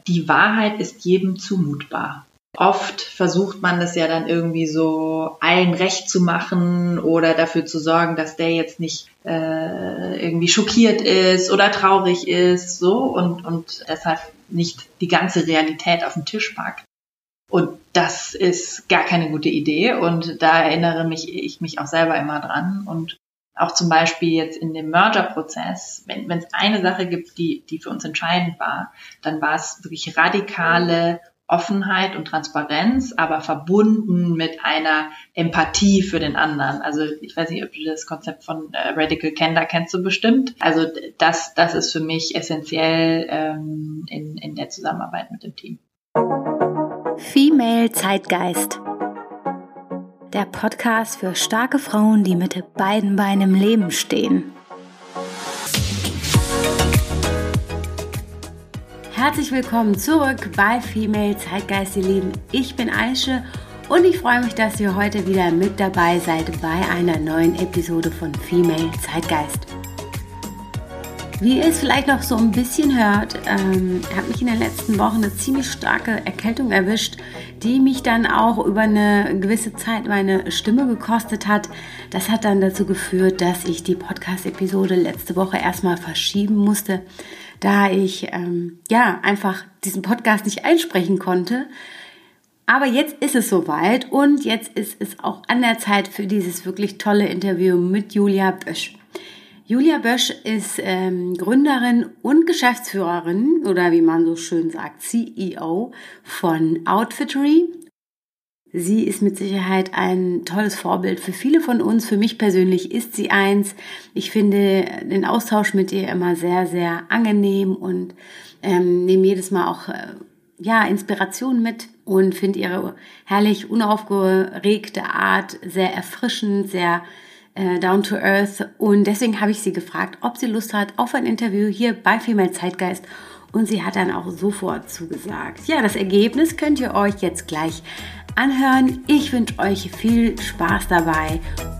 die Wahrheit ist jedem zumutbar. Oft versucht man das ja dann irgendwie so allen recht zu machen oder dafür zu sorgen, dass der jetzt nicht irgendwie schockiert ist oder traurig ist, so und deshalb nicht die ganze Realität auf den Tisch packt. Und das ist gar keine gute Idee und da erinnere ich mich auch selber immer dran. Und auch zum Beispiel jetzt in dem Merger-Prozess, wenn es eine Sache gibt, die für uns entscheidend war, dann war es wirklich radikale Offenheit und Transparenz, aber verbunden mit einer Empathie für den anderen. Also ich weiß nicht, ob du das Konzept von Radical Candor kennst du bestimmt. Also das ist für mich essentiell in der Zusammenarbeit mit dem Team. Female Zeitgeist. Der Podcast für starke Frauen, die mit beiden Beinen im Leben stehen. Herzlich willkommen zurück bei Female Zeitgeist, ihr Lieben. Ich bin Aische und ich freue mich, dass ihr heute wieder mit dabei seid bei einer neuen Episode von Female Zeitgeist. Wie ihr es vielleicht noch so ein bisschen hört, hat mich in den letzten Wochen eine ziemlich starke Erkältung erwischt, die mich dann auch über eine gewisse Zeit meine Stimme gekostet hat. Das hat dann dazu geführt, dass ich die Podcast-Episode letzte Woche erstmal verschieben musste, da ich einfach diesen Podcast nicht einsprechen konnte. Aber jetzt ist es soweit und jetzt ist es auch an der Zeit für dieses wirklich tolle Interview mit Julia Bösch. Julia Bösch ist Gründerin und Geschäftsführerin oder wie man so schön sagt, CEO von Outfittery. Sie ist mit Sicherheit ein tolles Vorbild für viele von uns. Für mich persönlich ist sie eins. Ich finde den Austausch mit ihr immer sehr, sehr angenehm und nehme jedes Mal auch Inspiration mit und finde ihre herrlich unaufgeregte Art sehr erfrischend, sehr down to earth. Und deswegen habe ich sie gefragt, ob sie Lust hat auf ein Interview hier bei Female Zeitgeist. Und sie hat dann auch sofort zugesagt. Ja, das Ergebnis könnt ihr euch jetzt gleich anhören. Ich wünsche euch viel Spaß dabei.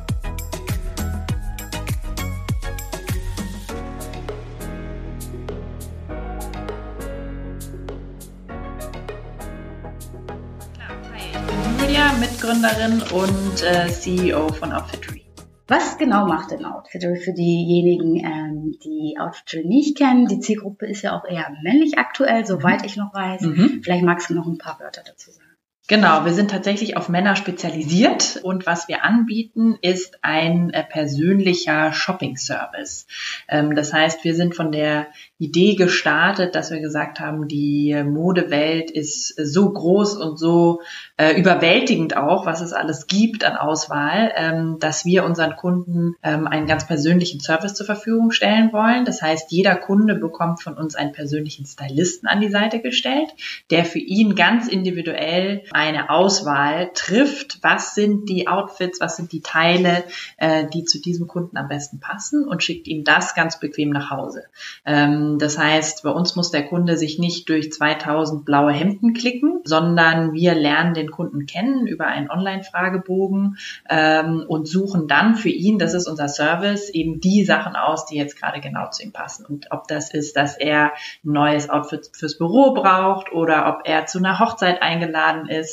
Hi, ich bin Julia, Mitgründerin und CEO von Outfittery. Was genau macht denn Outfittery für diejenigen, die Outfittery nicht kennen? Die Zielgruppe ist ja auch eher männlich aktuell, soweit ich noch weiß. Vielleicht magst du noch ein paar Wörter dazu sagen. Genau, wir sind tatsächlich auf Männer spezialisiert und was wir anbieten, ist ein persönlicher Shopping-Service. Das heißt, wir sind von der Idee gestartet, dass wir gesagt haben, die Modewelt ist so groß und so überwältigend auch, was es alles gibt an Auswahl, dass wir unseren Kunden einen ganz persönlichen Service zur Verfügung stellen wollen. Das heißt, jeder Kunde bekommt von uns einen persönlichen Stylisten an die Seite gestellt, der für ihn ganz individuell eine Auswahl trifft, was sind die Outfits, was sind die Teile, die zu diesem Kunden am besten passen und schickt ihm das ganz bequem nach Hause. Das heißt, bei uns muss der Kunde sich nicht durch 2000 blaue Hemden klicken, sondern wir lernen den Kunden kennen über einen Online-Fragebogen und suchen dann für ihn, das ist unser Service, eben die Sachen aus, die jetzt gerade genau zu ihm passen. Und ob das ist, dass er ein neues Outfit fürs Büro braucht oder ob er zu einer Hochzeit eingeladen ist,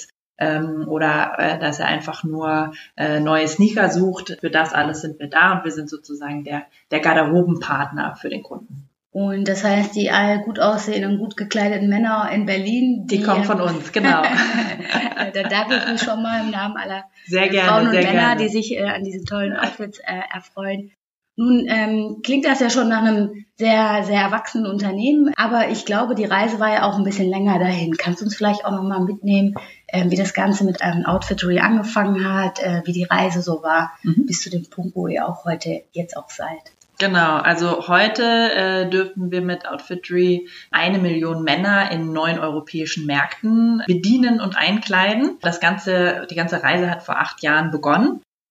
oder dass er einfach nur neue Sneaker sucht. Für das alles sind wir da und wir sind sozusagen der Garderobenpartner für den Kunden. Und das heißt, die all gut aussehenden, gut gekleideten Männer in Berlin, die kommen von uns, genau. Da danke ich mich schon mal im Namen aller sehr gerne, Frauen und sehr Männer, gerne, die sich an diesen tollen Outfits erfreuen. Nun klingt das ja schon nach einem sehr, sehr erwachsenen Unternehmen, aber ich glaube, die Reise war ja auch ein bisschen länger dahin. Kannst du uns vielleicht auch nochmal mitnehmen, wie das Ganze mit Outfittery angefangen hat, wie die Reise so war, bis zu dem Punkt, wo ihr auch heute jetzt auch seid? Genau, also heute dürfen wir mit Outfittery 1 Million Männer in 9 europäischen Märkten bedienen und einkleiden. Die ganze Reise hat vor 8 Jahren begonnen.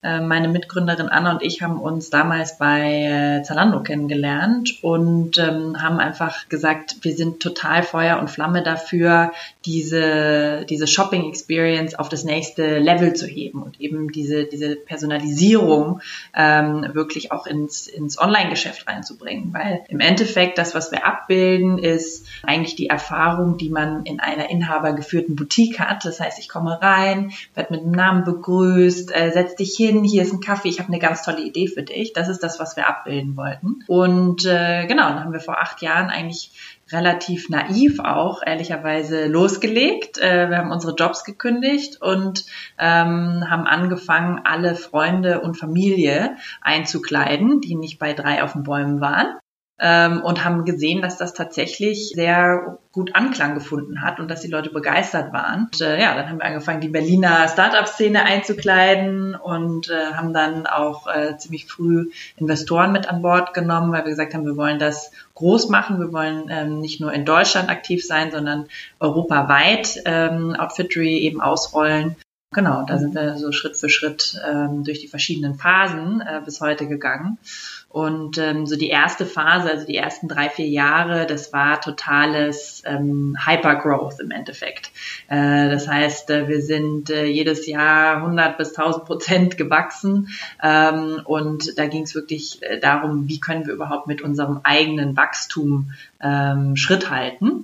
Meine Mitgründerin Anna und ich haben uns damals bei Zalando kennengelernt und haben einfach gesagt, wir sind total Feuer und Flamme dafür, diese Shopping-Experience auf das nächste Level zu heben und eben diese Personalisierung wirklich auch ins Online-Geschäft reinzubringen. Weil im Endeffekt das, was wir abbilden, ist eigentlich die Erfahrung, die man in einer inhabergeführten Boutique hat. Das heißt, ich komme rein, werde mit einem Namen begrüßt, setz dich hin, hier ist ein Kaffee, ich habe eine ganz tolle Idee für dich. Das ist das, was wir abbilden wollten. Und genau, dann haben wir vor 8 Jahren eigentlich relativ naiv auch, ehrlicherweise, losgelegt. Wir haben unsere Jobs gekündigt und haben angefangen, alle Freunde und Familie einzukleiden, die nicht bei 3 auf den Bäumen waren. Und haben gesehen, dass das tatsächlich sehr gut Anklang gefunden hat und dass die Leute begeistert waren. Und dann haben wir angefangen, die Berliner Startup-Szene einzukleiden und haben dann auch ziemlich früh Investoren mit an Bord genommen, weil wir gesagt haben, wir wollen das groß machen. Wir wollen nicht nur in Deutschland aktiv sein, sondern europaweit Outfittery eben ausrollen. Genau, da sind wir so Schritt für Schritt durch die verschiedenen Phasen bis heute gegangen. Und so die erste Phase, also die ersten 3-4 Jahre, das war totales Hypergrowth im Endeffekt. Das heißt, wir sind jedes Jahr 100 bis 1000% gewachsen. Und da ging es wirklich darum, wie können wir überhaupt mit unserem eigenen Wachstum Schritt halten.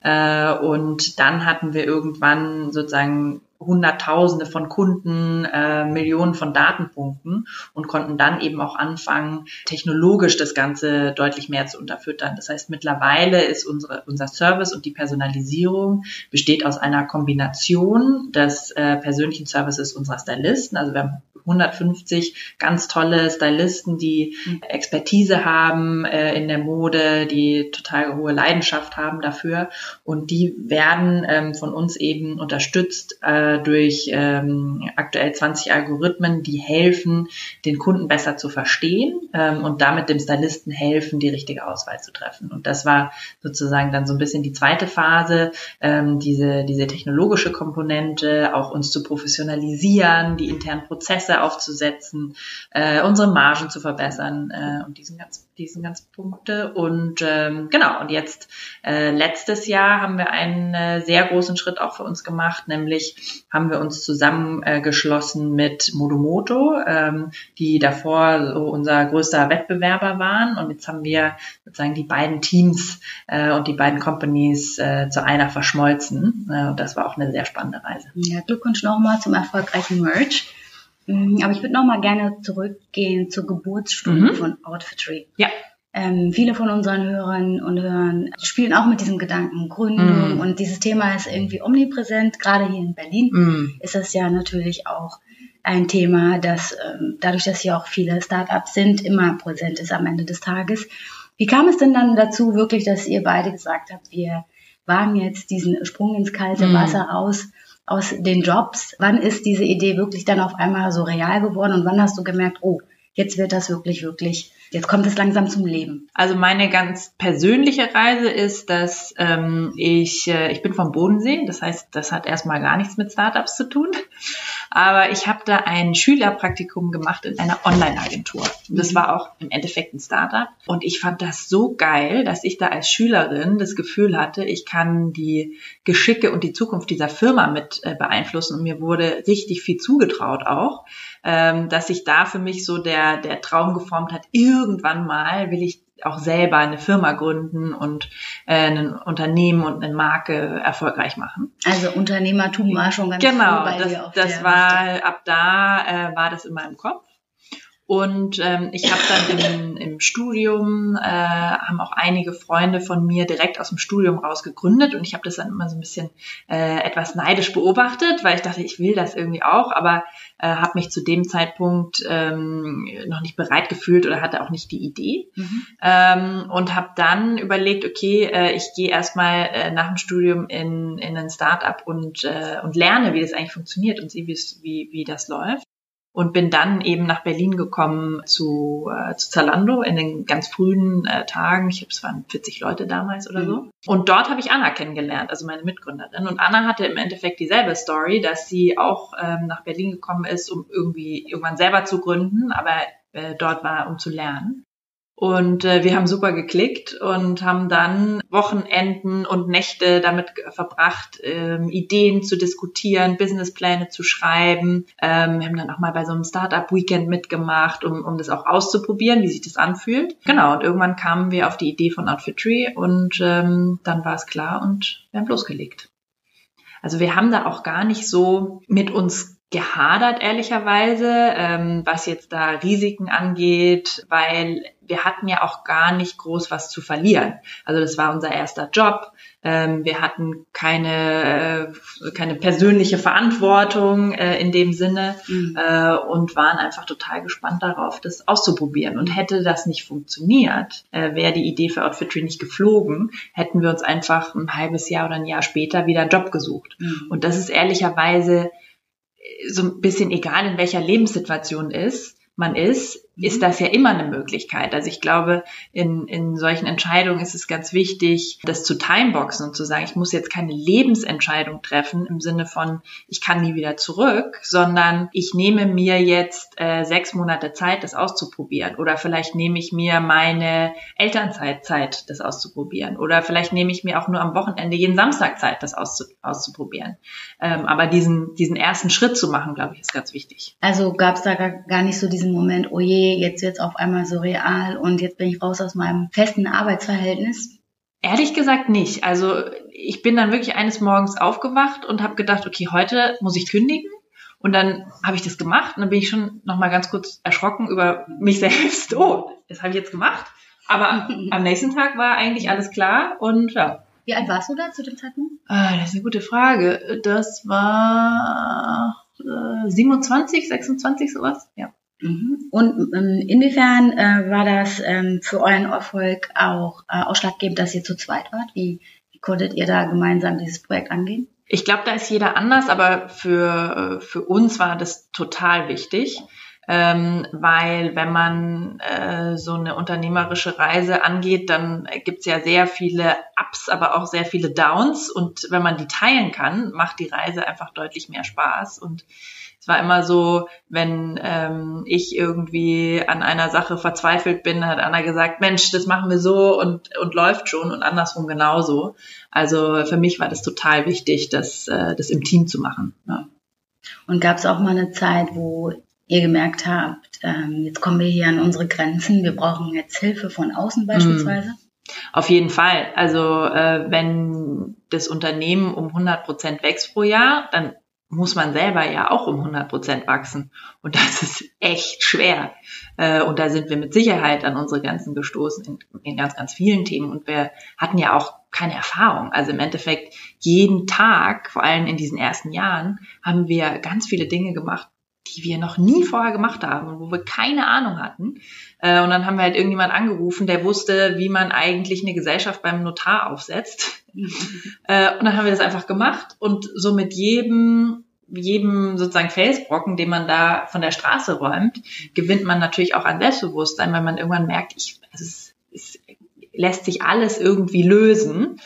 Und dann hatten wir irgendwann sozusagen Hunderttausende von Kunden, Millionen von Datenpunkten und konnten dann eben auch anfangen, technologisch das Ganze deutlich mehr zu unterfüttern. Das heißt, mittlerweile ist unser Service und die Personalisierung besteht aus einer Kombination des persönlichen Services unserer Stylisten. Also wir haben 150 ganz tolle Stylisten, die Expertise haben in der Mode, die total hohe Leidenschaft haben dafür und die werden von uns eben unterstützt durch aktuell 20 Algorithmen, die helfen, den Kunden besser zu verstehen und damit dem Stylisten helfen, die richtige Auswahl zu treffen. Und das war sozusagen dann so ein bisschen die zweite Phase, diese technologische Komponente, auch uns zu professionalisieren, die internen Prozesse aufzusetzen, unsere Margen zu verbessern und diesen ganzen Punkte. Und genau, und jetzt letztes Jahr haben wir einen sehr großen Schritt auch für uns gemacht, nämlich haben wir uns zusammengeschlossen mit Modomoto, die davor so unser größter Wettbewerber waren. Und jetzt haben wir sozusagen die beiden Teams und die beiden Companies zu einer verschmolzen. Und das war auch eine sehr spannende Reise. Ja, Glückwunsch nochmal zum erfolgreichen Merge. Aber ich würde nochmal gerne zurückgehen zur Geburtsstunde von Outfittery. Ja. Viele von unseren Hörerinnen und Hörern spielen auch mit diesem Gedanken Gründung und dieses Thema ist irgendwie omnipräsent. Gerade hier in Berlin ist das ja natürlich auch ein Thema, das dadurch, dass hier auch viele Startups sind, immer präsent ist am Ende des Tages. Wie kam es denn dann dazu wirklich, dass ihr beide gesagt habt, wir wagen jetzt diesen Sprung ins kalte Wasser raus aus den Jobs? Wann ist diese Idee wirklich dann auf einmal so real geworden und wann hast du gemerkt, oh, jetzt wird das wirklich, jetzt kommt es langsam zum Leben? Also meine ganz persönliche Reise ist, dass ich bin vom Bodensee, das heißt, das hat erstmal gar nichts mit Startups zu tun, aber ich habe da ein Schülerpraktikum gemacht in einer Online-Agentur. Das war auch im Endeffekt ein Startup und ich fand das so geil, dass ich da als Schülerin das Gefühl hatte, ich kann die Geschicke und die Zukunft dieser Firma mit beeinflussen und mir wurde richtig viel zugetraut auch, dass sich da für mich so der Traum geformt hat, irgendwann mal will ich auch selber eine Firma gründen und ein Unternehmen und eine Marke erfolgreich machen. Also Unternehmertum war schon ganz früh bei dir auf der Liste. Ab da war das in meinem Kopf. Und ich habe dann im Studium, haben auch einige Freunde von mir direkt aus dem Studium raus gegründet und ich habe das dann immer so ein bisschen etwas neidisch beobachtet, weil ich dachte, ich will das irgendwie auch, aber habe mich zu dem Zeitpunkt noch nicht bereit gefühlt oder hatte auch nicht die Idee und habe dann überlegt, okay, ich gehe erstmal nach dem Studium in ein Startup und lerne, wie das eigentlich funktioniert und sehe, wie das läuft. und bin dann eben nach Berlin gekommen zu Zalando in den ganz frühen Tagen. Ich glaube, es waren 40 Leute damals oder so. Und dort habe ich Anna kennengelernt, also meine Mitgründerin. Und Anna hatte im Endeffekt dieselbe Story, dass sie auch nach Berlin gekommen ist, um irgendwie irgendwann selber zu gründen, aber dort war, um zu lernen. Und wir haben super geklickt und haben dann Wochenenden und Nächte damit verbracht, Ideen zu diskutieren, Businesspläne zu schreiben. Wir haben dann auch mal bei so einem Startup-Weekend mitgemacht, um das auch auszuprobieren, wie sich das anfühlt. Genau, und irgendwann kamen wir auf die Idee von Outfittery und dann war es klar und wir haben losgelegt. Also wir haben da auch gar nicht so mit uns gehadert, ehrlicherweise, was jetzt da Risiken angeht, weil wir hatten ja auch gar nicht groß was zu verlieren. Also das war unser erster Job. Wir hatten keine persönliche Verantwortung in dem Sinne und waren einfach total gespannt darauf, das auszuprobieren. Und hätte das nicht funktioniert, wäre die Idee für Outfittery nicht geflogen, hätten wir uns einfach ein halbes Jahr oder ein Jahr später wieder einen Job gesucht. Und das ist ehrlicherweise so ein bisschen egal, in welcher Lebenssituation man ist das ja immer eine Möglichkeit. Also ich glaube, in solchen Entscheidungen ist es ganz wichtig, das zu timeboxen und zu sagen, ich muss jetzt keine Lebensentscheidung treffen im Sinne von, ich kann nie wieder zurück, sondern ich nehme mir jetzt 6 Monate Zeit, das auszuprobieren. Oder vielleicht nehme ich mir meine Elternzeit, das auszuprobieren. Oder vielleicht nehme ich mir auch nur am Wochenende jeden Samstag Zeit, das auszuprobieren. Aber diesen ersten Schritt zu machen, glaube ich, ist ganz wichtig. Also gab es da gar nicht so diesen Moment, oh je, jetzt wird's auf einmal so real und jetzt bin ich raus aus meinem festen Arbeitsverhältnis? Ehrlich gesagt nicht. Also ich bin dann wirklich eines Morgens aufgewacht und habe gedacht, okay, heute muss ich kündigen. Und dann habe ich das gemacht und dann bin ich schon noch mal ganz kurz erschrocken über mich selbst. Oh, das habe ich jetzt gemacht. Aber am nächsten Tag war eigentlich alles klar und ja. Wie alt warst du da zu dem Zeitpunkt? Das ist eine gute Frage. Das war 27, 26, sowas, ja. Und inwiefern war das für euren Erfolg auch ausschlaggebend, dass ihr zu zweit wart? Wie konntet ihr da gemeinsam dieses Projekt angehen? Ich glaube, da ist jeder anders, aber für uns war das total wichtig, weil wenn man so eine unternehmerische Reise angeht, dann gibt's ja sehr viele Ups, aber auch sehr viele Downs. Und wenn man die teilen kann, macht die Reise einfach deutlich mehr Spaß. Und es war immer so, wenn ich irgendwie an einer Sache verzweifelt bin, hat Anna gesagt, Mensch, das machen wir so und läuft schon und andersrum genauso. Also für mich war das total wichtig, das im Team zu machen. Ja. Und gab es auch mal eine Zeit, wo ihr gemerkt habt, jetzt kommen wir hier an unsere Grenzen, wir brauchen jetzt Hilfe von außen beispielsweise? Auf jeden Fall. Also wenn das Unternehmen um 100% wächst pro Jahr, dann muss man selber ja auch um 100% wachsen. Und das ist echt schwer. Und da sind wir mit Sicherheit an unsere Grenzen gestoßen in ganz, ganz vielen Themen. Und wir hatten ja auch keine Erfahrung. Also im Endeffekt jeden Tag, vor allem in diesen ersten Jahren, haben wir ganz viele Dinge gemacht, die wir noch nie vorher gemacht haben und wo wir keine Ahnung hatten. Und dann haben wir halt irgendjemand angerufen, der wusste, wie man eigentlich eine Gesellschaft beim Notar aufsetzt. Und dann haben wir das einfach gemacht und so mit jedem sozusagen Felsbrocken, den man da von der Straße räumt, gewinnt man natürlich auch an Selbstbewusstsein, weil man irgendwann merkt, es lässt sich alles irgendwie lösen.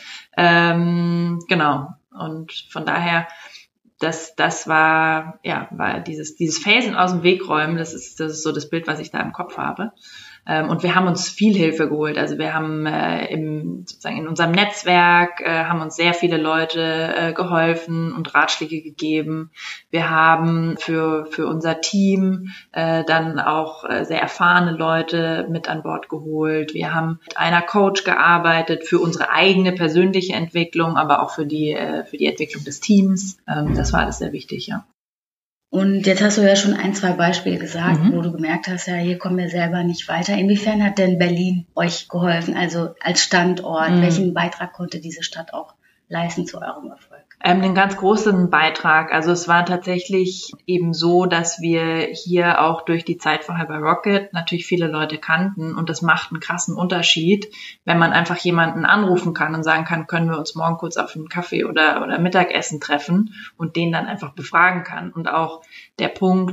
Genau. Und von daher, das war dieses Felsen aus dem Weg räumen, das ist so das Bild, was ich da im Kopf habe. Und wir haben uns viel Hilfe geholt. Also wir haben in unserem Netzwerk haben uns sehr viele Leute geholfen und Ratschläge gegeben. Wir haben für unser Team dann auch sehr erfahrene Leute mit an Bord geholt. Wir haben mit einer Coach gearbeitet für unsere eigene persönliche Entwicklung, aber auch für die Entwicklung des Teams. Das war alles sehr wichtig, ja. Und jetzt hast du ja schon 1-2 Beispiele gesagt, wo du gemerkt hast, ja, hier kommen wir selber nicht weiter. Inwiefern hat denn Berlin euch geholfen, also als Standort? Welchen Beitrag konnte diese Stadt auch leisten zu eurem Erfolg? Einen ganz großen Beitrag. Also es war tatsächlich eben so, dass wir hier auch durch die Zeit vorher bei Rocket natürlich viele Leute kannten und das macht einen krassen Unterschied, wenn man einfach jemanden anrufen kann und sagen kann, können wir uns morgen kurz auf einen Kaffee oder Mittagessen treffen und den dann einfach befragen kann. Und auch der Punkt,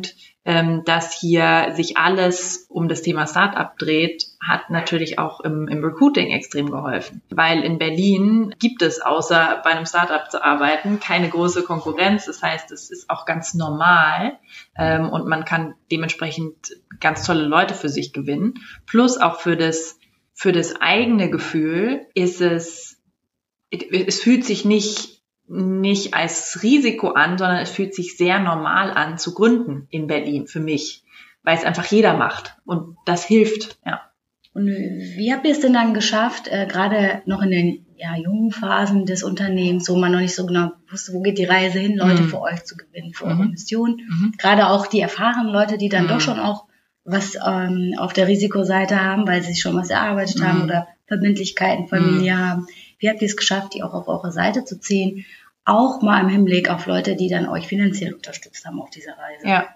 dass hier sich alles um das Thema Startup dreht, hat natürlich auch im Recruiting extrem geholfen. Weil in Berlin gibt es, außer bei einem Startup zu arbeiten, keine große Konkurrenz. Das heißt, es ist auch ganz normal und man kann dementsprechend ganz tolle Leute für sich gewinnen. Plus auch für das eigene Gefühl ist es fühlt sich nicht als Risiko an, sondern es fühlt sich sehr normal an zu gründen in Berlin für mich, weil es einfach jeder macht und das hilft, ja. Und wie habt ihr es denn dann geschafft, gerade noch in den jungen Phasen des Unternehmens, wo man noch nicht so genau wusste, wo geht die Reise hin, Leute für euch zu gewinnen, für eure Mission, gerade auch die erfahrenen Leute, die dann doch schon auch was auf der Risikoseite haben, weil sie sich schon was erarbeitet haben oder Verbindlichkeiten, Familie haben. Wie habt ihr es geschafft, die auch auf eure Seite zu ziehen, auch mal im Hinblick auf Leute, die dann euch finanziell unterstützt haben auf dieser Reise? Ja,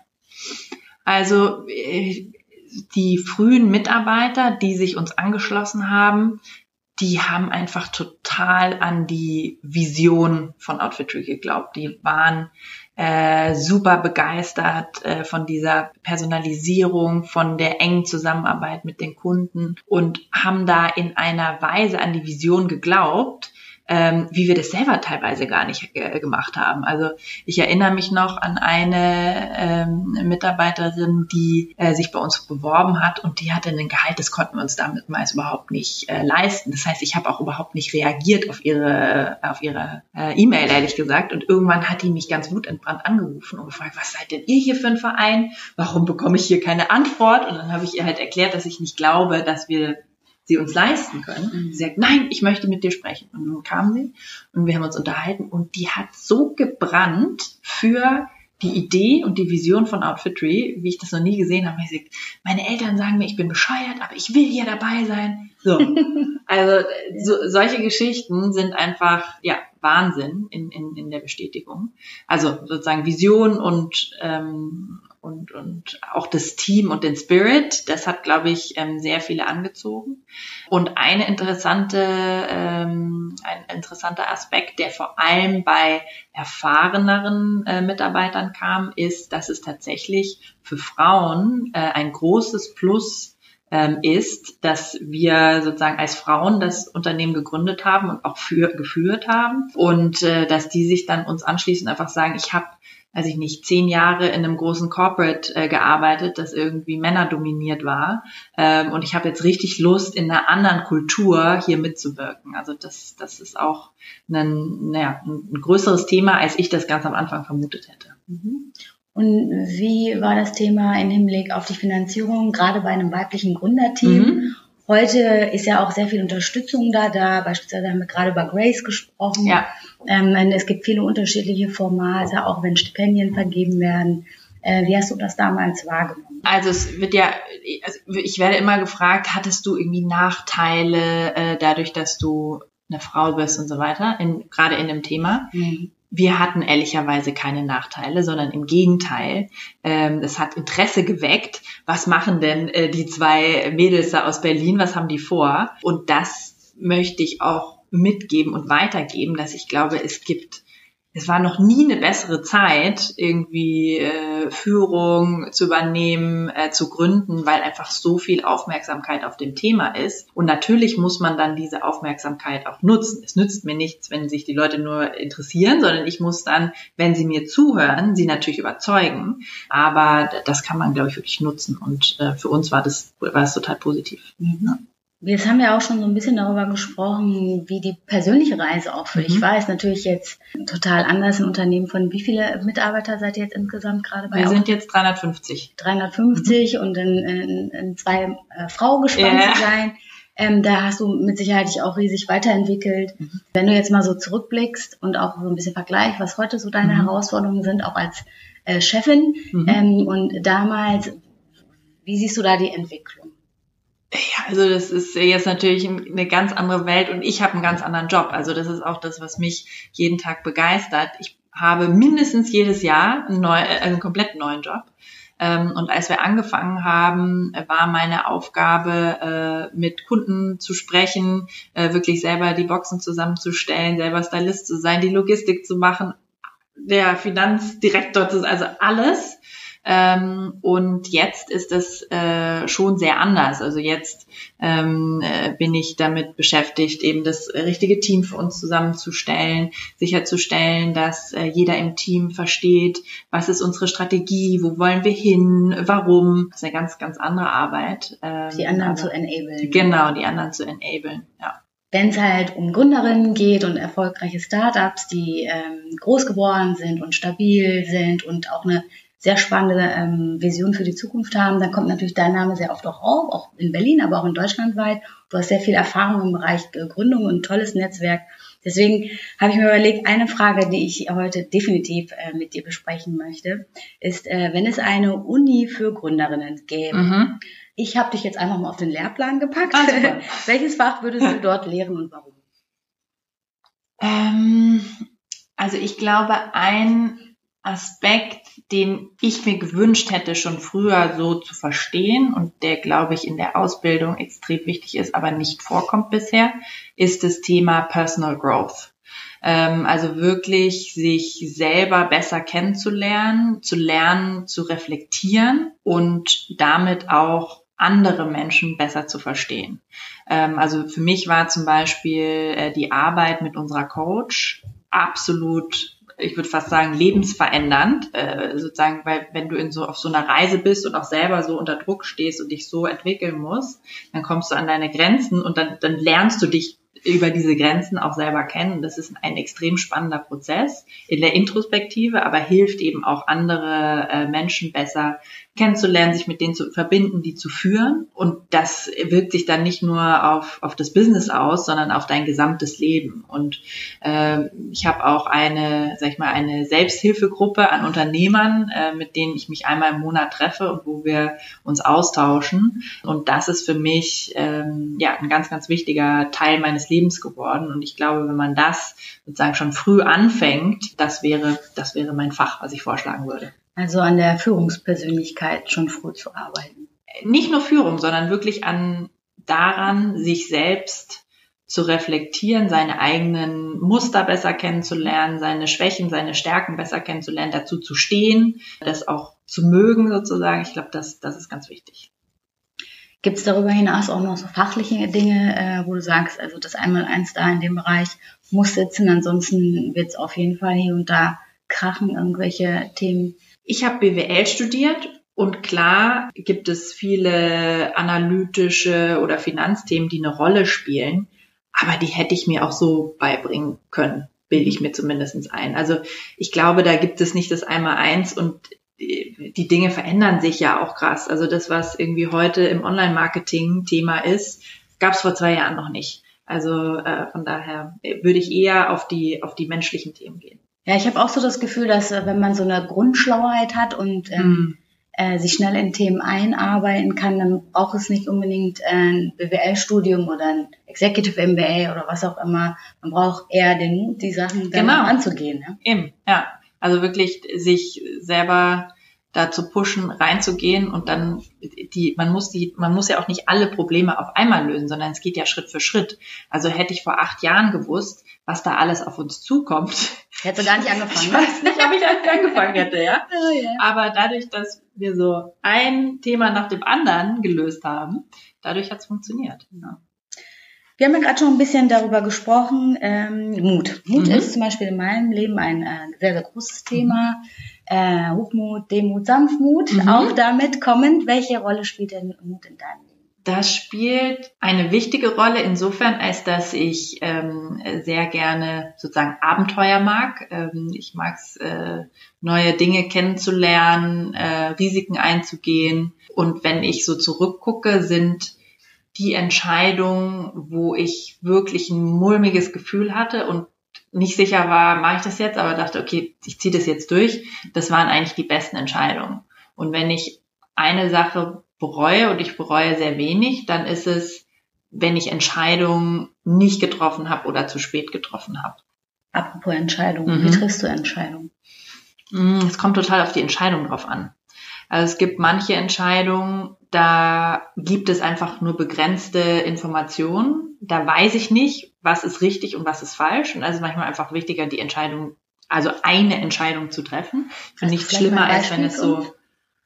also die frühen Mitarbeiter, die sich uns angeschlossen haben, die haben einfach total an die Vision von Outfittery geglaubt. Die waren super begeistert von dieser Personalisierung, von der engen Zusammenarbeit mit den Kunden und haben da in einer Weise an die Vision geglaubt, wie wir das selber teilweise gar nicht gemacht haben. Also ich erinnere mich noch an eine Mitarbeiterin, die sich bei uns beworben hat und die hatte ein Gehalt, das konnten wir uns damals überhaupt nicht leisten. Das heißt, ich habe auch überhaupt nicht reagiert auf ihre E-Mail, ehrlich gesagt. Und irgendwann hat die mich ganz wutentbrannt angerufen und gefragt, was seid denn ihr hier für ein Verein? Warum bekomme ich hier keine Antwort? Und dann habe ich ihr halt erklärt, dass ich nicht glaube, dass wir sie uns leisten können. Sie sagt, nein, ich möchte mit dir sprechen. Und dann kam sie und wir haben uns unterhalten und die hat so gebrannt für die Idee und die Vision von Outfittery, wie ich das noch nie gesehen habe. Sie sagt, meine Eltern sagen mir, ich bin bescheuert, aber ich will hier dabei sein. So. Also solche Geschichten sind einfach Wahnsinn in der Bestätigung. Also sozusagen Vision und auch das Team und den Spirit, das hat, glaube ich, sehr viele angezogen. Und ein interessanter Aspekt, der vor allem bei erfahreneren Mitarbeitern kam, ist, dass es tatsächlich für Frauen ein großes Plus ist, dass wir sozusagen als Frauen das Unternehmen gegründet haben und auch geführt haben und dass die sich dann uns anschließend einfach sagen, ich habe 10 Jahre in einem großen Corporate gearbeitet, das irgendwie männerdominiert war. Und ich habe jetzt richtig Lust, in einer anderen Kultur hier mitzuwirken. Also das ist auch ein größeres Thema, als ich das ganz am Anfang vermutet hätte. Und wie war das Thema im Hinblick auf die Finanzierung, gerade bei einem weiblichen Gründerteam? Heute ist ja auch sehr viel Unterstützung da. Beispielsweise haben wir gerade über Grace gesprochen. Ja. Es gibt viele unterschiedliche Formate, auch wenn Stipendien vergeben werden. Wie hast du das damals wahrgenommen? Also ich werde immer gefragt, hattest du irgendwie Nachteile dadurch, dass du eine Frau bist und so weiter, gerade in dem Thema? Wir hatten ehrlicherweise keine Nachteile, sondern im Gegenteil. Es hat Interesse geweckt. Was machen denn die zwei Mädels da aus Berlin? Was haben die vor? Und das möchte ich auch mitgeben und weitergeben, dass ich glaube, es war noch nie eine bessere Zeit, irgendwie Führung zu übernehmen, zu gründen, weil einfach so viel Aufmerksamkeit auf dem Thema ist. Und natürlich muss man dann diese Aufmerksamkeit auch nutzen. Es nützt mir nichts, wenn sich die Leute nur interessieren, sondern ich muss dann, wenn sie mir zuhören, sie natürlich überzeugen. Aber das kann man, glaube ich, wirklich nutzen. Und für uns war das total positiv. Ja. Jetzt haben wir auch schon so ein bisschen darüber gesprochen, wie die persönliche Reise auch für dich war. Ist natürlich jetzt total anders, ein Unternehmen von wie viele Mitarbeiter seid ihr jetzt insgesamt gerade bei? Wir sind jetzt 350. 350 und in zwei Frauen gespannt zu sein. Da hast du mit Sicherheit dich auch riesig weiterentwickelt. Wenn du jetzt mal so zurückblickst und auch so ein bisschen vergleichst, was heute so deine Herausforderungen sind, auch als Chefin und damals, wie siehst du da die Entwicklung? Ja, also das ist jetzt natürlich eine ganz andere Welt und ich habe einen ganz anderen Job. Also das ist auch das, was mich jeden Tag begeistert. Ich habe mindestens jedes Jahr einen komplett neuen Job. Und als wir angefangen haben, war meine Aufgabe, mit Kunden zu sprechen, wirklich selber die Boxen zusammenzustellen, selber Stylist zu sein, die Logistik zu machen, der Finanzdirektor zu sein, also alles. Und jetzt ist es schon sehr anders. Also jetzt bin ich damit beschäftigt, eben das richtige Team für uns zusammenzustellen, sicherzustellen, dass jeder im Team versteht, was ist unsere Strategie, wo wollen wir hin, warum. Das ist eine ganz, ganz andere Arbeit. Die anderen zu enablen. Genau, die anderen zu enablen, ja. Wenn es halt um Gründerinnen geht und erfolgreiche Startups, die groß geworden sind und stabil sind und auch eine sehr spannende Vision für die Zukunft haben, dann kommt natürlich dein Name sehr oft auch in Berlin, aber auch in Deutschland weit. Du hast sehr viel Erfahrung im Bereich Gründung und ein tolles Netzwerk. Deswegen habe ich mir überlegt, eine Frage, die ich heute definitiv mit dir besprechen möchte, ist, wenn es eine Uni für Gründerinnen gäbe. Ich habe dich jetzt einfach mal auf den Lehrplan gepackt. Welches Fach würdest du dort lehren und warum? Also ich glaube, ein Aspekt, den ich mir gewünscht hätte, schon früher so zu verstehen und der, glaube ich, in der Ausbildung extrem wichtig ist, aber nicht vorkommt bisher, ist das Thema Personal Growth. Also wirklich sich selber besser kennenzulernen, zu lernen, zu reflektieren und damit auch andere Menschen besser zu verstehen. Also für mich war zum Beispiel die Arbeit mit unserer Coach absolut, ich würde fast sagen, lebensverändernd, sozusagen, weil wenn du auf so einer Reise bist und auch selber so unter Druck stehst und dich so entwickeln musst, dann kommst du an deine Grenzen und dann lernst du dich über diese Grenzen auch selber kennen. Das ist ein extrem spannender Prozess in der Introspektive, aber hilft eben auch andere Menschen besser kennenzulernen, sich mit denen zu verbinden, die zu führen. Und das wirkt sich dann nicht nur auf das Business aus, sondern auf dein gesamtes Leben. Und ich habe auch eine Selbsthilfegruppe an Unternehmern, mit denen ich mich einmal im Monat treffe und wo wir uns austauschen. Und das ist für mich ein ganz, ganz wichtiger Teil meines Lebens geworden. Und ich glaube, wenn man das sozusagen schon früh anfängt, das wäre mein Fach, was ich vorschlagen würde. Also an der Führungspersönlichkeit schon früh zu arbeiten. Nicht nur Führung, sondern wirklich daran, sich selbst zu reflektieren, seine eigenen Muster besser kennenzulernen, seine Schwächen, seine Stärken besser kennenzulernen, dazu zu stehen, das auch zu mögen sozusagen. Ich glaube, das ist ganz wichtig. Gibt es darüber hinaus auch noch so fachliche Dinge, wo du sagst, also das Einmaleins da in dem Bereich muss sitzen, ansonsten wird es auf jeden Fall hier und da krachen, irgendwelche Themen? Ich habe BWL studiert und klar gibt es viele analytische oder Finanzthemen, die eine Rolle spielen, aber die hätte ich mir auch so beibringen können, bilde ich mir zumindest ein. Also ich glaube, da gibt es nicht das Einmaleins und die Dinge verändern sich ja auch krass. Also das, was irgendwie heute im Online-Marketing Thema ist, gab es vor 2 Jahren noch nicht. Also von daher würde ich eher auf die menschlichen Themen gehen. Ja, ich habe auch so das Gefühl, dass wenn man so eine Grundschlauheit hat und sich schnell in Themen einarbeiten kann, dann braucht es nicht unbedingt ein BWL-Studium oder ein Executive MBA oder was auch immer. Man braucht eher den Mut, die Sachen dann anzugehen. Ja? Eben, ja. Also wirklich sich selber da zu pushen, reinzugehen und dann man muss ja auch nicht alle Probleme auf einmal lösen, sondern es geht ja Schritt für Schritt. Also hätte ich vor 8 Jahren gewusst, was da alles auf uns zukommt. Hättest du gar nicht angefangen. Ich weiß nicht, ob ich angefangen hätte, ja. Aber dadurch, dass wir so ein Thema nach dem anderen gelöst haben, dadurch hat es funktioniert. Ja. Wir haben ja gerade schon ein bisschen darüber gesprochen, Mut. Mut ist zum Beispiel in meinem Leben ein sehr, sehr großes Thema. Hochmut, Demut, Sanftmut, auch damit kommend. Welche Rolle spielt denn Mut in deinem Leben? Das spielt eine wichtige Rolle insofern, als dass ich sehr gerne sozusagen Abenteuer mag. Ich mag es, neue Dinge kennenzulernen, Risiken einzugehen. Und wenn ich so zurückgucke, sind die Entscheidungen, wo ich wirklich ein mulmiges Gefühl hatte und nicht sicher war, mache ich das jetzt, aber dachte, okay, ich ziehe das jetzt durch, das waren eigentlich die besten Entscheidungen. Und wenn ich eine Sache bereue, und ich bereue sehr wenig, dann ist es, wenn ich Entscheidungen nicht getroffen habe oder zu spät getroffen habe. Apropos Entscheidungen, wie triffst du Entscheidungen? Es kommt total auf die Entscheidung drauf an. Also es gibt manche Entscheidungen, da gibt es einfach nur begrenzte Informationen. Da weiß ich nicht, was ist richtig und was ist falsch. Und also manchmal einfach wichtiger, eine Entscheidung zu treffen. Ich finde nichts schlimmer, als wenn es so...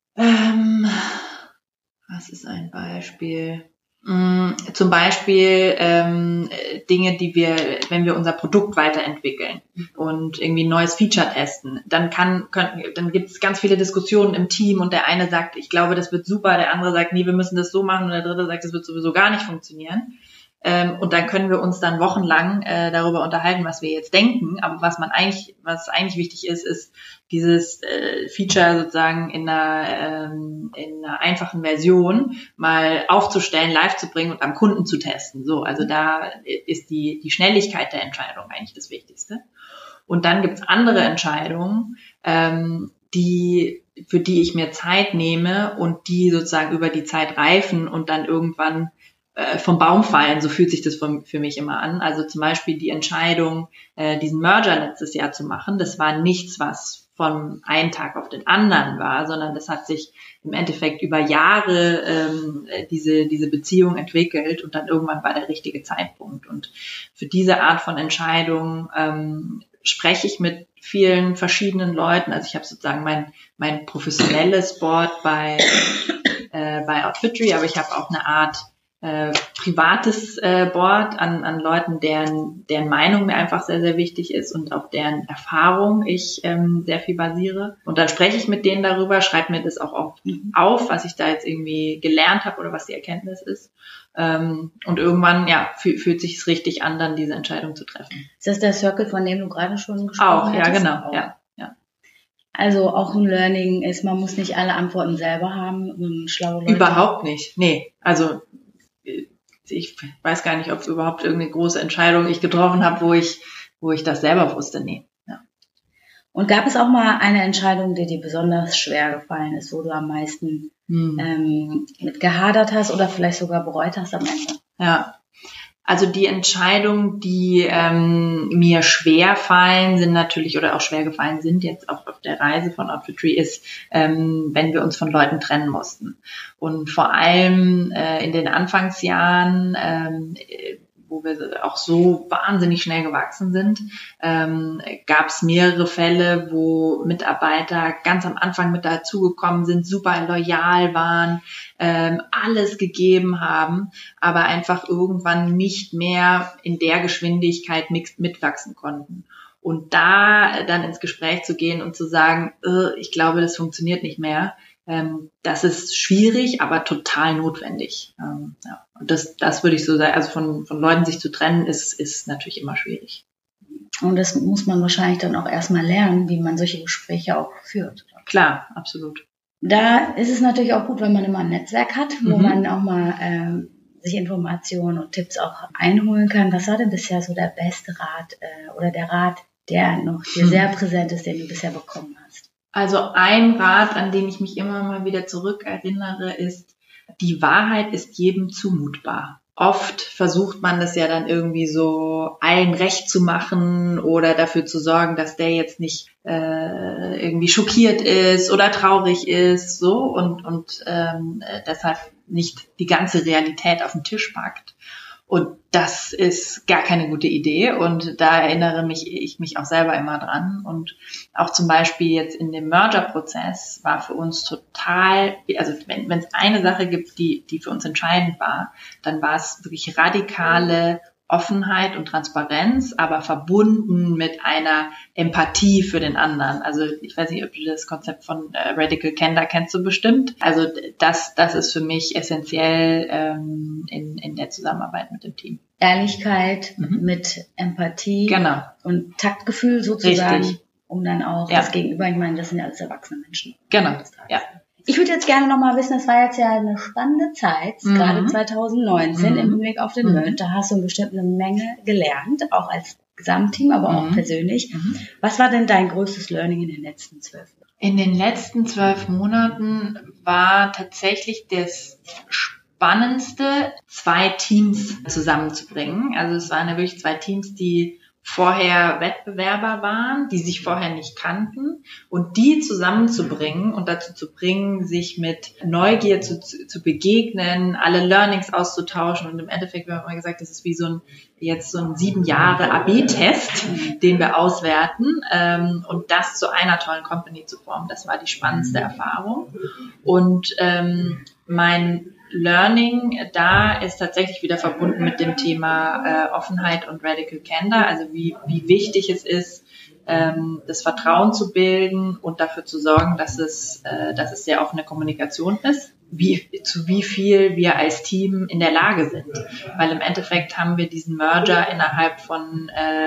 Was ist ein Beispiel? Zum Beispiel Dinge, die wir, wenn wir unser Produkt weiterentwickeln und irgendwie ein neues Feature testen, dann gibt es ganz viele Diskussionen im Team und der eine sagt, ich glaube, das wird super, der andere sagt, nee, wir müssen das so machen und der dritte sagt, das wird sowieso gar nicht funktionieren. Und dann können wir uns dann wochenlang darüber unterhalten, was wir jetzt denken. Aber was eigentlich wichtig ist dieses Feature sozusagen in einer einfachen Version mal aufzustellen, live zu bringen und am Kunden zu testen. So, also da ist die Schnelligkeit der Entscheidung eigentlich das Wichtigste. Und dann gibt's andere Entscheidungen, für die ich mir Zeit nehme und die sozusagen über die Zeit reifen und dann irgendwann vom Baum fallen, so fühlt sich das für mich immer an. Also zum Beispiel die Entscheidung, diesen Merger letztes Jahr zu machen, das war nichts, was von einem Tag auf den anderen war, sondern das hat sich im Endeffekt über Jahre diese Beziehung entwickelt und dann irgendwann war der richtige Zeitpunkt. Und für diese Art von Entscheidungen spreche ich mit vielen verschiedenen Leuten. Also ich habe sozusagen mein professionelles Board bei Outfittery, aber ich habe auch eine Art privates Board an Leuten, deren Meinung mir einfach sehr, sehr wichtig ist und auf deren Erfahrung ich sehr viel basiere. Und dann spreche ich mit denen darüber, schreibe mir das auch oft auf, was ich da jetzt irgendwie gelernt habe oder was die Erkenntnis ist. Und irgendwann, fühlt sich es richtig an, dann diese Entscheidung zu treffen. Ist das der Circle, von dem du gerade schon gesprochen hast? Auch, ja, genau, auch. Ja. Also auch ein Learning ist, man muss nicht alle Antworten selber haben, sondern schlaue Leute. Überhaupt nicht, nee. Also ich weiß gar nicht, ob es überhaupt irgendeine große Entscheidung ich getroffen habe, wo ich das selber wusste. Nee. Ja. Und gab es auch mal eine Entscheidung, die dir besonders schwer gefallen ist, wo du am meisten mit gehadert hast oder vielleicht sogar bereut hast am Ende? Ja, also die Entscheidungen, die mir schwer fallen, sind natürlich oder auch schwer gefallen sind jetzt auch auf der Reise von Outfittery ist, wenn wir uns von Leuten trennen mussten. Und vor allem in den Anfangsjahren, wo wir auch so wahnsinnig schnell gewachsen sind, gab es mehrere Fälle, wo Mitarbeiter ganz am Anfang mit dazugekommen sind, super loyal waren, alles gegeben haben, aber einfach irgendwann nicht mehr in der Geschwindigkeit mitwachsen konnten. Und da dann ins Gespräch zu gehen und zu sagen, ich glaube, das funktioniert nicht mehr, das ist schwierig, aber total notwendig. Ja. Und das würde ich so sagen, also von Leuten sich zu trennen, ist natürlich immer schwierig. Und das muss man wahrscheinlich dann auch erstmal lernen, wie man solche Gespräche auch führt. Klar, absolut. Da ist es natürlich auch gut, wenn man immer ein Netzwerk hat, wo man auch mal sich Informationen und Tipps auch einholen kann. Was war denn bisher so der beste Rat oder der Rat, der noch dir sehr präsent ist, den du bisher bekommen hast? Also ein Rat, an den ich mich immer mal wieder zurückerinnere, ist, die Wahrheit ist jedem zumutbar. Oft versucht man das ja dann irgendwie so allen recht zu machen oder dafür zu sorgen, dass der jetzt nicht irgendwie schockiert ist oder traurig ist, so und deshalb nicht die ganze Realität auf den Tisch packt. Und das ist gar keine gute Idee und da erinnere ich mich auch selber immer dran. Und auch zum Beispiel jetzt in dem Merger-Prozess war für uns total, also wenn es eine Sache gibt, die für uns entscheidend war, dann war es wirklich radikale Offenheit und Transparenz, aber verbunden mit einer Empathie für den anderen. Also ich weiß nicht, ob du das Konzept von Radical Candor kennst du bestimmt. Also das ist für mich essentiell in der Zusammenarbeit mit dem Team. Ehrlichkeit mit Empathie und Taktgefühl sozusagen, richtig. Um dann auch das Gegenüber, ich meine, das sind ja alles erwachsene Menschen. Genau, ja. Ich würde jetzt gerne nochmal wissen, das war jetzt ja eine spannende Zeit, gerade 2019 im Hinblick auf den Merger. Da hast du bestimmt eine Menge gelernt, auch als Gesamtteam, aber auch persönlich. Was war denn dein größtes Learning in den letzten 12 Monaten? In den letzten 12 Monaten war tatsächlich das Spannendste, 2 Teams zusammenzubringen. Also es waren ja wirklich 2 Teams, die vorher Wettbewerber waren, die sich vorher nicht kannten und die zusammenzubringen und dazu zu bringen, sich mit Neugier zu begegnen, alle Learnings auszutauschen und im Endeffekt, wir haben mal gesagt, das ist wie so ein 7 Jahre AB-Test, den wir auswerten und das zu einer tollen Company zu formen. Das war die spannendste Erfahrung und mein Learning da ist tatsächlich wieder verbunden mit dem Thema Offenheit und Radical Candor, also wie wichtig es ist, das Vertrauen zu bilden und dafür zu sorgen, dass es sehr offene Kommunikation ist, zu wie viel wir als Team in der Lage sind. Weil im Endeffekt haben wir diesen Merger innerhalb von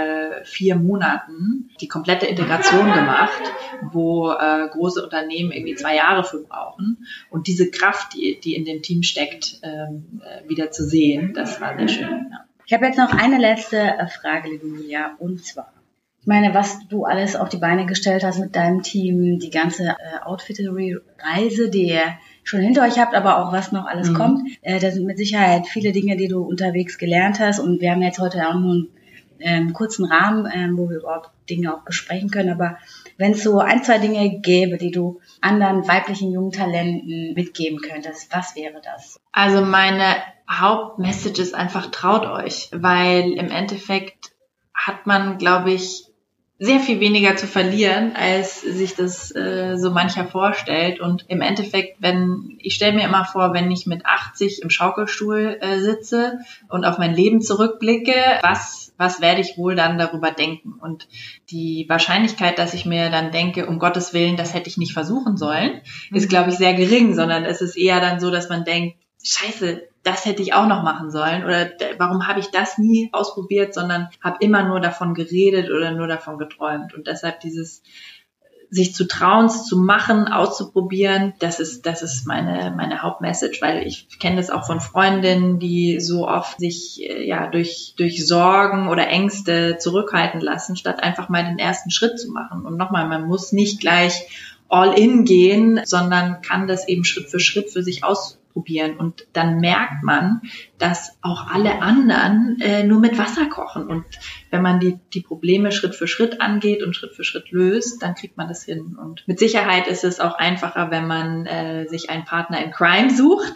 4 Monaten die komplette Integration gemacht, wo große Unternehmen irgendwie 2 Jahre für brauchen. Und diese Kraft, die in dem Team steckt, wieder zu sehen, das war sehr schön. Ja. Ich habe jetzt noch eine letzte Frage, liebe Julia, und zwar, ich meine, was du alles auf die Beine gestellt hast mit deinem Team, die ganze Outfittery-Reise, die ihr schon hinter euch habt, aber auch was noch alles kommt. Da sind mit Sicherheit viele Dinge, die du unterwegs gelernt hast. Und wir haben jetzt heute auch nur einen kurzen Rahmen, wo wir überhaupt Dinge auch besprechen können. Aber wenn es so 1, 2 Dinge gäbe, die du anderen weiblichen jungen Talenten mitgeben könntest, was wäre das? Also meine Hauptmessage ist einfach, traut euch, weil im Endeffekt hat man, glaube ich, sehr viel weniger zu verlieren, als sich das so mancher vorstellt. Und im Endeffekt, ich stelle mir immer vor, wenn ich mit 80 im Schaukelstuhl sitze und auf mein Leben zurückblicke, was werde ich wohl dann darüber denken? Und die Wahrscheinlichkeit, dass ich mir dann denke, um Gottes Willen, das hätte ich nicht versuchen sollen, ist, glaube ich, sehr gering, sondern es ist eher dann so, dass man denkt, Scheiße, das hätte ich auch noch machen sollen oder warum habe ich das nie ausprobiert, sondern habe immer nur davon geredet oder nur davon geträumt. Und deshalb dieses sich zu trauen, es zu machen, auszuprobieren, das ist meine Hauptmessage, weil ich kenne das auch von Freundinnen, die so oft sich durch Sorgen oder Ängste zurückhalten lassen, statt einfach mal den ersten Schritt zu machen. Und nochmal, man muss nicht gleich all in gehen, sondern kann das eben Schritt für sich ausprobieren. Und dann merkt man, dass auch alle anderen nur mit Wasser kochen. Und wenn man die Probleme Schritt für Schritt angeht und Schritt für Schritt löst, dann kriegt man das hin. Und mit Sicherheit ist es auch einfacher, wenn man sich einen Partner in Crime sucht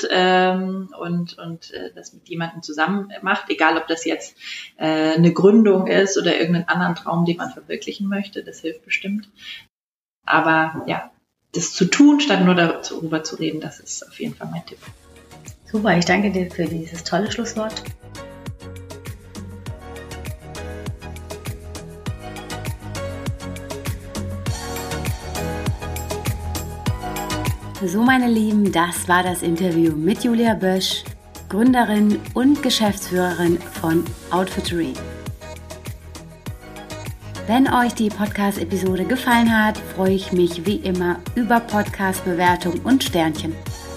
und das mit jemandem zusammen macht, egal ob das jetzt eine Gründung ist oder irgendeinen anderen Traum, den man verwirklichen möchte. Das hilft bestimmt. Aber ja, das zu tun, statt nur darüber zu reden, das ist auf jeden Fall mein Tipp. Super, ich danke dir für dieses tolle Schlusswort. So, meine Lieben, das war das Interview mit Julia Bösch, Gründerin und Geschäftsführerin von Outfittery. Wenn euch die Podcast-Episode gefallen hat, freue ich mich wie immer über Podcast-Bewertung und Sternchen.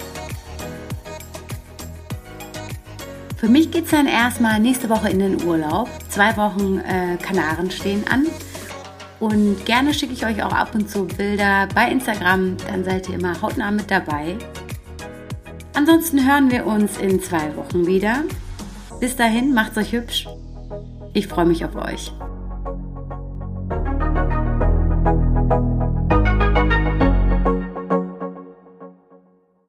Für mich geht es dann erstmal nächste Woche in den Urlaub. 2 Wochen Kanaren stehen an. Und gerne schicke ich euch auch ab und zu Bilder bei Instagram, dann seid ihr immer hautnah mit dabei. Ansonsten hören wir uns in 2 Wochen wieder. Bis dahin, macht's euch hübsch. Ich freue mich auf euch.